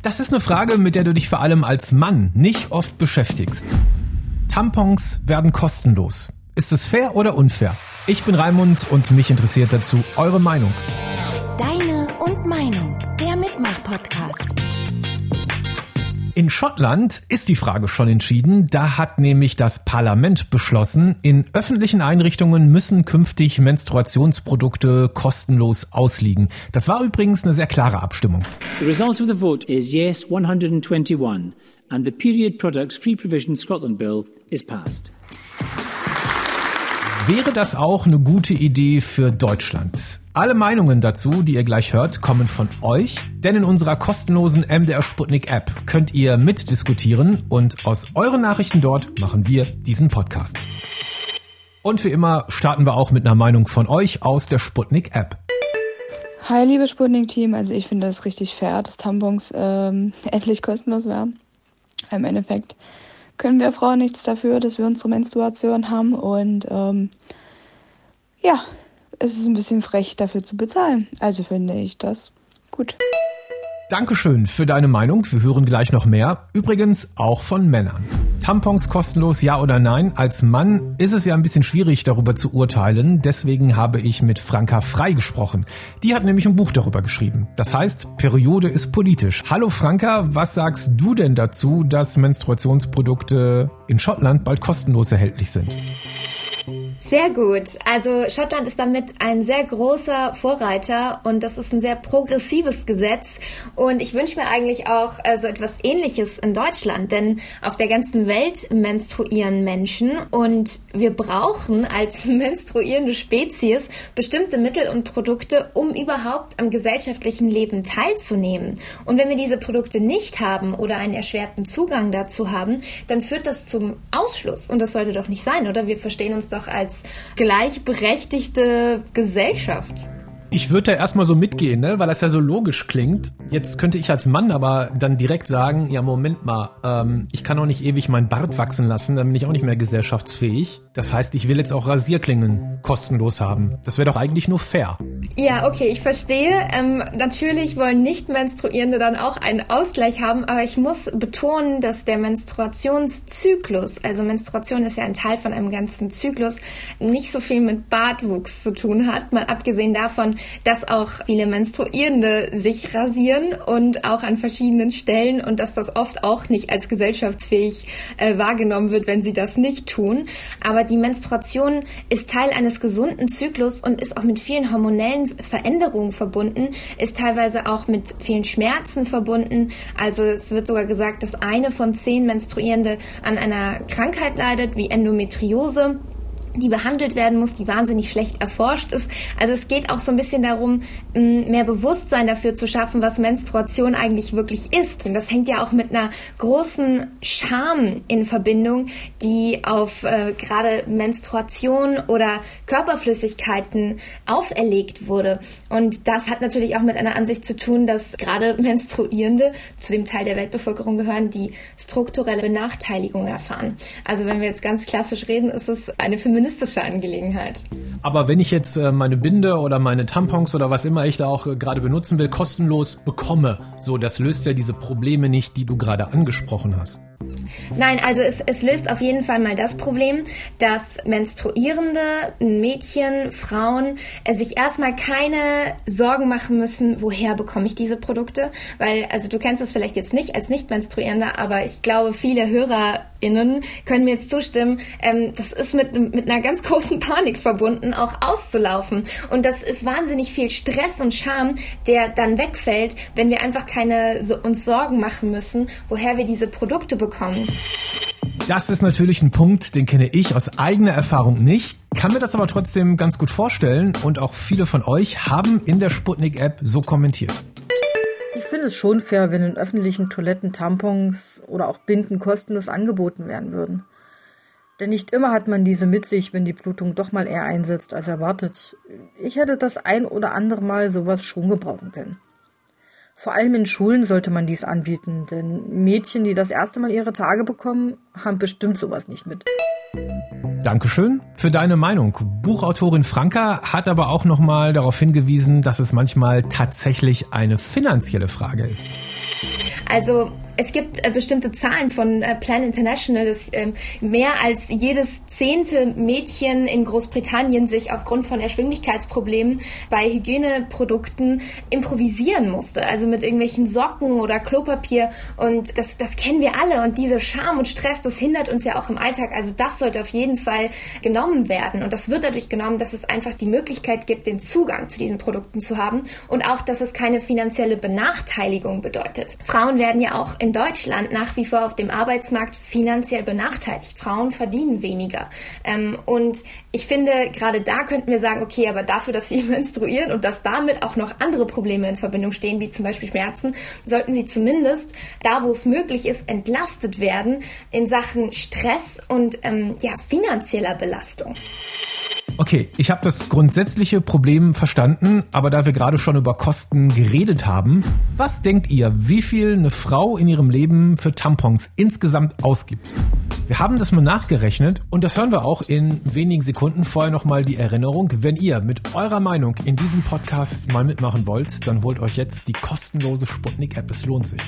Das ist eine Frage, mit der du dich vor allem als Mann nicht oft beschäftigst. Tampons werden kostenlos. Ist es fair oder unfair? Ich bin Raimund und mich interessiert dazu eure Meinung. Deine und Meinung, der Mitmach-Podcast. In Schottland ist die Frage schon entschieden. Da hat nämlich das Parlament beschlossen, in öffentlichen Einrichtungen müssen künftig Menstruationsprodukte kostenlos ausliegen. Das war übrigens eine sehr klare Abstimmung. The result of the vote is yes 121 and the Period Products Free Provision Scotland Bill is passed. Wäre das auch eine gute Idee für Deutschland? Alle Meinungen dazu, die ihr gleich hört, kommen von euch, denn in unserer kostenlosen MDR Sputnik App könnt ihr mitdiskutieren und aus euren Nachrichten dort machen wir diesen Podcast. Und wie immer starten wir auch mit einer Meinung von euch aus der Sputnik App. Hi, liebe Sputnik-Team, also ich finde das richtig fair, dass Tampons endlich kostenlos werden. Im Endeffekt können wir Frauen nichts dafür, dass wir unsere Menstruation haben und es ist ein bisschen frech, dafür zu bezahlen. Also finde ich das gut. Dankeschön für deine Meinung. Wir hören gleich noch mehr. Übrigens auch von Männern. Tampons kostenlos, ja oder nein? Als Mann ist es ja ein bisschen schwierig, darüber zu urteilen. Deswegen habe ich mit Franka Frei gesprochen. Die hat nämlich ein Buch darüber geschrieben. Das heißt, Periode ist politisch. Hallo Franka, was sagst du denn dazu, dass Menstruationsprodukte in Schottland bald kostenlos erhältlich sind? Sehr gut. Also Schottland ist damit ein sehr großer Vorreiter und das ist ein sehr progressives Gesetz und ich wünsche mir eigentlich auch so etwas Ähnliches in Deutschland, denn auf der ganzen Welt menstruieren Menschen und wir brauchen als menstruierende Spezies bestimmte Mittel und Produkte, um überhaupt am gesellschaftlichen Leben teilzunehmen. Und wenn wir diese Produkte nicht haben oder einen erschwerten Zugang dazu haben, dann führt das zum Ausschluss und das sollte doch nicht sein, oder? Wir verstehen uns doch als gleichberechtigte Gesellschaft. Ich würde da erstmal so mitgehen, ne? Weil das ja so logisch klingt. Jetzt könnte ich als Mann aber dann direkt sagen, ja Moment mal, ich kann auch nicht ewig meinen Bart wachsen lassen, dann bin ich auch nicht mehr gesellschaftsfähig. Das heißt, ich will jetzt auch Rasierklingen kostenlos haben. Das wäre doch eigentlich nur fair. Ja, okay, ich verstehe. Natürlich wollen Nicht-Menstruierende dann auch einen Ausgleich haben, aber ich muss betonen, dass der Menstruationszyklus, also Menstruation ist ja ein Teil von einem ganzen Zyklus, nicht so viel mit Bartwuchs zu tun hat, mal abgesehen davon, dass auch viele Menstruierende sich rasieren und auch an verschiedenen Stellen und dass das oft auch nicht als gesellschaftsfähig wahrgenommen wird, wenn sie das nicht tun. Aber die Menstruation ist Teil eines gesunden Zyklus und ist auch mit vielen hormonellen Veränderungen verbunden, ist teilweise auch mit vielen Schmerzen verbunden. Also es wird sogar gesagt, dass 1 von 10 Menstruierende an einer Krankheit leidet, wie Endometriose, die behandelt werden muss, die wahnsinnig schlecht erforscht ist. Also es geht auch so ein bisschen darum, mehr Bewusstsein dafür zu schaffen, was Menstruation eigentlich wirklich ist. Und das hängt ja auch mit einer großen Scham in Verbindung, die auf gerade Menstruation oder Körperflüssigkeiten auferlegt wurde. Und das hat natürlich auch mit einer Ansicht zu tun, dass gerade Menstruierende zu dem Teil der Weltbevölkerung gehören, die strukturelle Benachteiligung erfahren. Also wenn wir jetzt ganz klassisch reden, ist es eine feministische Angelegenheit. Aber wenn ich jetzt meine Binde oder meine Tampons oder was immer ich da auch gerade benutzen will, kostenlos bekomme, so, das löst ja diese Probleme nicht, die du gerade angesprochen hast. Nein, also es löst auf jeden Fall mal das Problem, dass menstruierende Mädchen, Frauen sich erstmal keine Sorgen machen müssen, woher bekomme ich diese Produkte, weil, also du kennst das vielleicht jetzt nicht als Nicht-Menstruierender, aber ich glaube, viele HörerInnen können mir jetzt zustimmen, das ist mit einer ganz großen Panik verbunden, auch auszulaufen und das ist wahnsinnig viel Stress und Scham, der dann wegfällt, wenn wir einfach uns Sorgen machen müssen, woher wir diese Produkte bekommen. Das ist natürlich ein Punkt, den kenne ich aus eigener Erfahrung nicht, kann mir das aber trotzdem ganz gut vorstellen und auch viele von euch haben in der Sputnik-App so kommentiert. Ich finde es schon fair, wenn in öffentlichen Toiletten Tampons oder auch Binden kostenlos angeboten werden würden. Denn nicht immer hat man diese mit sich, wenn die Blutung doch mal eher einsetzt als erwartet. Ich hätte das ein oder andere Mal sowas schon gebrauchen können. Vor allem in Schulen sollte man dies anbieten, denn Mädchen, die das erste Mal ihre Tage bekommen, haben bestimmt sowas nicht mit. Dankeschön für deine Meinung. Buchautorin Franka hat aber auch nochmal darauf hingewiesen, dass es manchmal tatsächlich eine finanzielle Frage ist. Also es gibt bestimmte Zahlen von Plan International, dass mehr als jedes 10. Mädchen in Großbritannien sich aufgrund von Erschwinglichkeitsproblemen bei Hygieneprodukten improvisieren musste. Also mit irgendwelchen Socken oder Klopapier. Und das kennen wir alle. Und diese Scham und Stress, das hindert uns ja auch im Alltag. Also das sollte auf jeden Fall genommen werden. Und das wird dadurch genommen, dass es einfach die Möglichkeit gibt, den Zugang zu diesen Produkten zu haben. Und auch, dass es keine finanzielle Benachteiligung bedeutet. Frauen werden ja auch in Deutschland nach wie vor auf dem Arbeitsmarkt finanziell benachteiligt. Frauen verdienen weniger. Und ich finde, gerade da könnten wir sagen, okay, aber dafür, dass sie menstruieren und dass damit auch noch andere Probleme in Verbindung stehen, wie zum Beispiel Schmerzen, sollten sie zumindest da, wo es möglich ist, entlastet werden in Sachen Stress und finanzieller Belastung. Okay, ich habe das grundsätzliche Problem verstanden, aber da wir gerade schon über Kosten geredet haben, was denkt ihr, wie viel eine Frau in ihrem Leben für Tampons insgesamt ausgibt? Wir haben das mal nachgerechnet und das hören wir auch in wenigen Sekunden. Vorher nochmal die Erinnerung, wenn ihr mit eurer Meinung in diesem Podcast mal mitmachen wollt, dann holt euch jetzt die kostenlose Sputnik-App, es lohnt sich.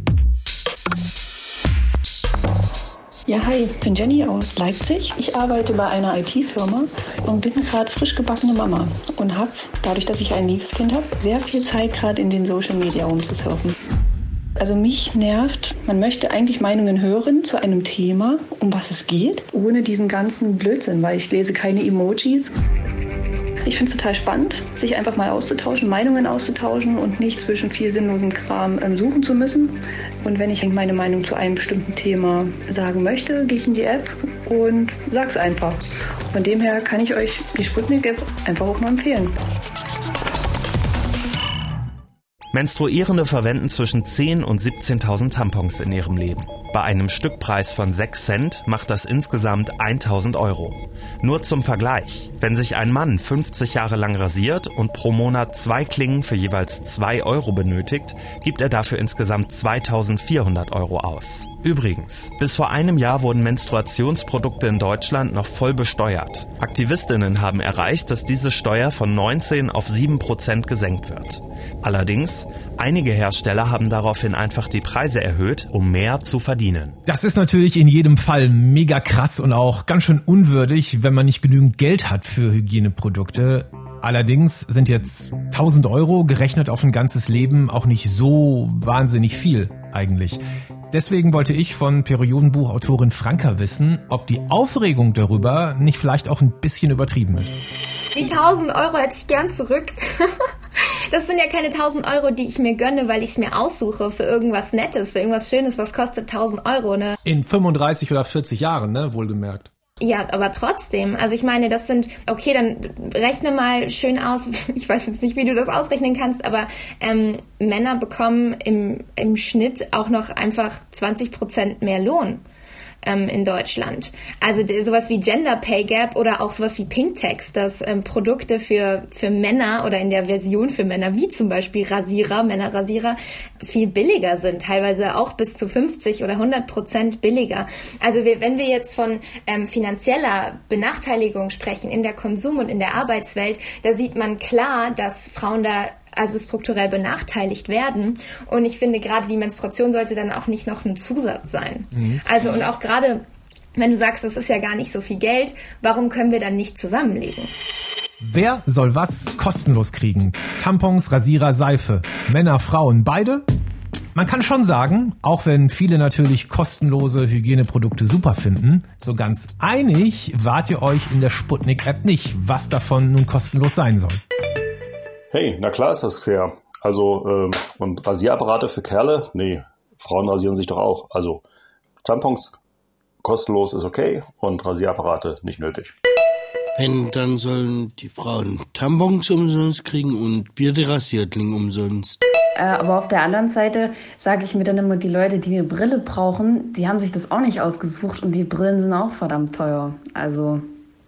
Ja, hi, ich bin Jenny aus Leipzig. Ich arbeite bei einer IT-Firma und bin gerade frisch gebackene Mama und habe, dadurch, dass ich ein liebes Kind habe, sehr viel Zeit gerade in den Social Media rumzusurfen. Also mich nervt, man möchte eigentlich Meinungen hören zu einem Thema, um was es geht, ohne diesen ganzen Blödsinn, weil ich lese keine Emojis. Ich finde es total spannend, sich einfach mal auszutauschen, Meinungen auszutauschen und nicht zwischen viel sinnlosem Kram suchen zu müssen. Und wenn ich meine Meinung zu einem bestimmten Thema sagen möchte, gehe ich in die App und sag's einfach. Von dem her kann ich euch die Sputnik-App einfach auch nur empfehlen. Menstruierende verwenden zwischen 10.000 und 17.000 Tampons in ihrem Leben. Bei einem Stückpreis von 6 Cent macht das insgesamt 1.000 €. Nur zum Vergleich, wenn sich ein Mann 50 Jahre lang rasiert und pro Monat 2 Klingen für jeweils 2 € benötigt, gibt er dafür insgesamt 2.400 € aus. Übrigens, bis vor einem Jahr wurden Menstruationsprodukte in Deutschland noch voll besteuert. Aktivistinnen haben erreicht, dass diese Steuer von 19 auf 7% gesenkt wird. Allerdings, einige Hersteller haben daraufhin einfach die Preise erhöht, um mehr zu verdienen. Das ist natürlich in jedem Fall mega krass und auch ganz schön unwürdig, wenn man nicht genügend Geld hat für Hygieneprodukte. Allerdings sind jetzt 1.000 € gerechnet auf ein ganzes Leben auch nicht so wahnsinnig viel eigentlich. Deswegen wollte ich von Periodenbuchautorin Franka wissen, ob die Aufregung darüber nicht vielleicht auch ein bisschen übertrieben ist. Die 1.000 € hätte ich gern zurück. Das sind ja keine 1.000 €, die ich mir gönne, weil ich es mir aussuche für irgendwas Nettes, für irgendwas Schönes, was kostet 1.000 €, ne? In 35 oder 40 Jahren, ne? Wohlgemerkt. Ja, aber trotzdem. Also ich meine, das sind, okay, dann rechne mal schön aus. Ich weiß jetzt nicht, wie du das ausrechnen kannst, aber Männer bekommen im Schnitt auch noch einfach 20% mehr Lohn in Deutschland. Also sowas wie Gender Pay Gap oder auch sowas wie Pink Tax, dass Produkte für Männer oder in der Version für Männer, wie zum Beispiel Männerrasierer, viel billiger sind, teilweise auch bis zu 50 oder 100% billiger. Also wenn wir jetzt von finanzieller Benachteiligung sprechen in der Konsum- und in der Arbeitswelt, da sieht man klar, dass Frauen da also strukturell benachteiligt werden. Und ich finde, gerade die Menstruation sollte dann auch nicht noch ein Zusatz sein. Mhm. Also und auch gerade, wenn du sagst, das ist ja gar nicht so viel Geld, warum können wir dann nicht zusammenlegen? Wer soll was kostenlos kriegen? Tampons, Rasierer, Seife. Männer, Frauen, beide? Man kann schon sagen, auch wenn viele natürlich kostenlose Hygieneprodukte super finden, so ganz einig wart ihr euch in der Sputnik-App nicht, was davon nun kostenlos sein soll. Hey, na klar ist das fair. Also, und Rasierapparate für Kerle? Nee, Frauen rasieren sich doch auch. Also, Tampons kostenlos ist okay und Rasierapparate nicht nötig. Wenn, dann sollen die Frauen Tampons umsonst kriegen und wir die Rasierklinge umsonst. Aber auf der anderen Seite sage ich mir dann immer, die Leute, die eine Brille brauchen, die haben sich das auch nicht ausgesucht und die Brillen sind auch verdammt teuer. Also,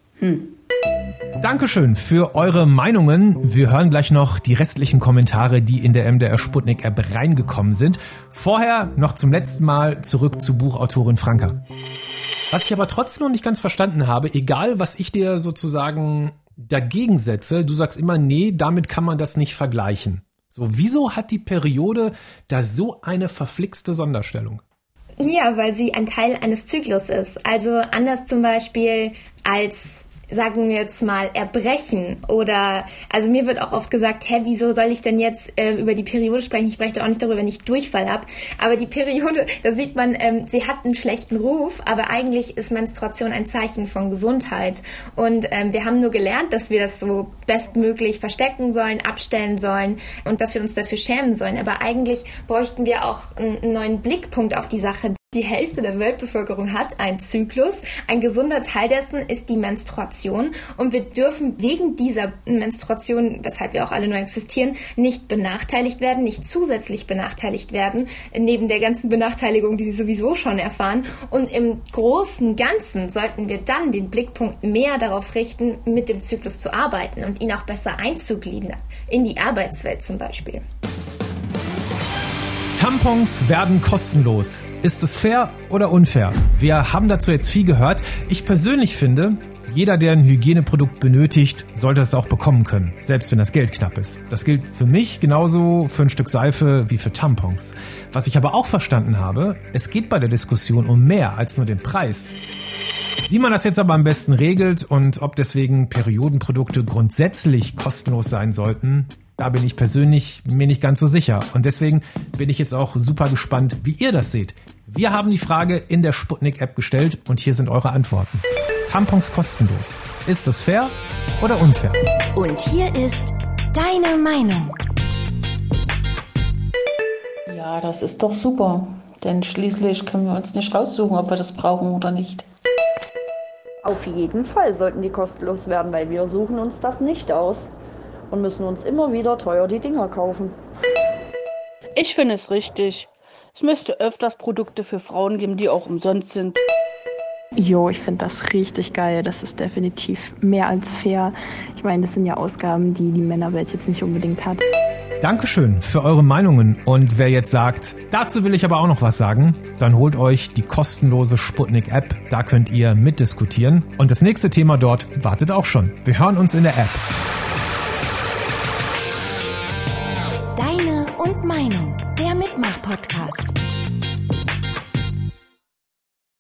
Dankeschön für eure Meinungen. Wir hören gleich noch die restlichen Kommentare, die in der MDR Sputnik App reingekommen sind. Vorher noch zum letzten Mal zurück zu Buchautorin Franka. Was ich aber trotzdem noch nicht ganz verstanden habe, egal was ich dir sozusagen dagegen setze, du sagst immer, nee, damit kann man das nicht vergleichen. So, wieso hat die Periode da so eine verflixte Sonderstellung? Ja, weil sie ein Teil eines Zyklus ist. Also anders zum Beispiel als, sagen wir jetzt mal, Erbrechen oder, also mir wird auch oft gesagt, wieso soll ich denn jetzt über die Periode sprechen? Ich spreche doch auch nicht darüber, wenn ich Durchfall habe. Aber die Periode, da sieht man, sie hat einen schlechten Ruf, aber eigentlich ist Menstruation ein Zeichen von Gesundheit. Und wir haben nur gelernt, dass wir das so bestmöglich verstecken sollen, abstellen sollen und dass wir uns dafür schämen sollen. Aber eigentlich bräuchten wir auch einen neuen Blickpunkt auf die Sache. Die Hälfte der Weltbevölkerung hat einen Zyklus. Ein gesunder Teil dessen ist die Menstruation. Und wir dürfen wegen dieser Menstruation, weshalb wir auch alle nur existieren, nicht benachteiligt werden, nicht zusätzlich benachteiligt werden, neben der ganzen Benachteiligung, die sie sowieso schon erfahren. Und im großen Ganzen sollten wir dann den Blickpunkt mehr darauf richten, mit dem Zyklus zu arbeiten und ihn auch besser einzugliedern, in die Arbeitswelt zum Beispiel. Tampons werden kostenlos. Ist es fair oder unfair? Wir haben dazu jetzt viel gehört. Ich persönlich finde, jeder, der ein Hygieneprodukt benötigt, sollte es auch bekommen können, selbst wenn das Geld knapp ist. Das gilt für mich genauso für ein Stück Seife wie für Tampons. Was ich aber auch verstanden habe, es geht bei der Diskussion um mehr als nur den Preis. Wie man das jetzt aber am besten regelt und ob deswegen Periodenprodukte grundsätzlich kostenlos sein sollten, da bin ich persönlich mir nicht ganz so sicher. Und deswegen bin ich jetzt auch super gespannt, wie ihr das seht. Wir haben die Frage in der Sputnik-App gestellt und hier sind eure Antworten. Tampons kostenlos. Ist das fair oder unfair? Und hier ist deine Meinung. Ja, das ist doch super. Denn schließlich können wir uns nicht raussuchen, ob wir das brauchen oder nicht. Auf jeden Fall sollten die kostenlos werden, weil wir suchen uns das nicht aus. Und müssen uns immer wieder teuer die Dinger kaufen. Ich finde es richtig. Es müsste öfters Produkte für Frauen geben, die auch umsonst sind. Jo, ich finde das richtig geil. Das ist definitiv mehr als fair. Ich meine, das sind ja Ausgaben, die die Männerwelt jetzt nicht unbedingt hat. Dankeschön für eure Meinungen. Und wer jetzt sagt, dazu will ich aber auch noch was sagen, dann holt euch die kostenlose Sputnik-App. Da könnt ihr mitdiskutieren. Und das nächste Thema dort wartet auch schon. Wir hören uns in der App. Deine und Meinung, der Mitmach-Podcast.